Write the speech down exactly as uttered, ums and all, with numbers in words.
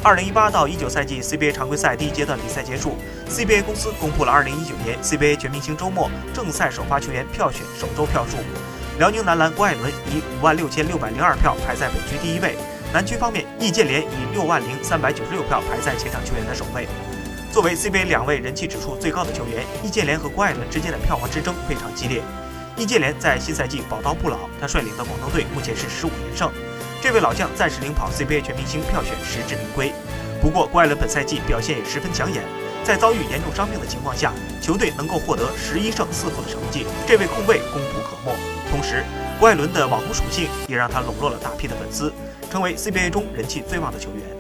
二零一八到一九赛季 C B A 常规赛第一阶段比赛结束 ，C B A 公司公布了二零一九年 C B A 全明星周末正赛首发球员票选首周票数。辽宁男篮郭艾伦以五万六千六百零二票排在本区第一位。南区方面，易建联以六万零三百九十六票排在前场球员的首位。作为 C B A 两位人气指数最高的球员，易建联和郭艾伦之间的票房之争非常激烈。易建联在新赛季宝刀不老，他率领的广东队目前是十五连胜。这位老将暂时领跑 C B A 全明星票选，实至名归。不过，郭艾伦本赛季表现也十分抢眼，在遭遇严重伤病的情况下，球队能够获得十一胜四负的成绩，这位控卫功不可没。同时，郭艾伦的网红属性也让他笼络了大批的粉丝，成为 C B A 中人气最旺的球员。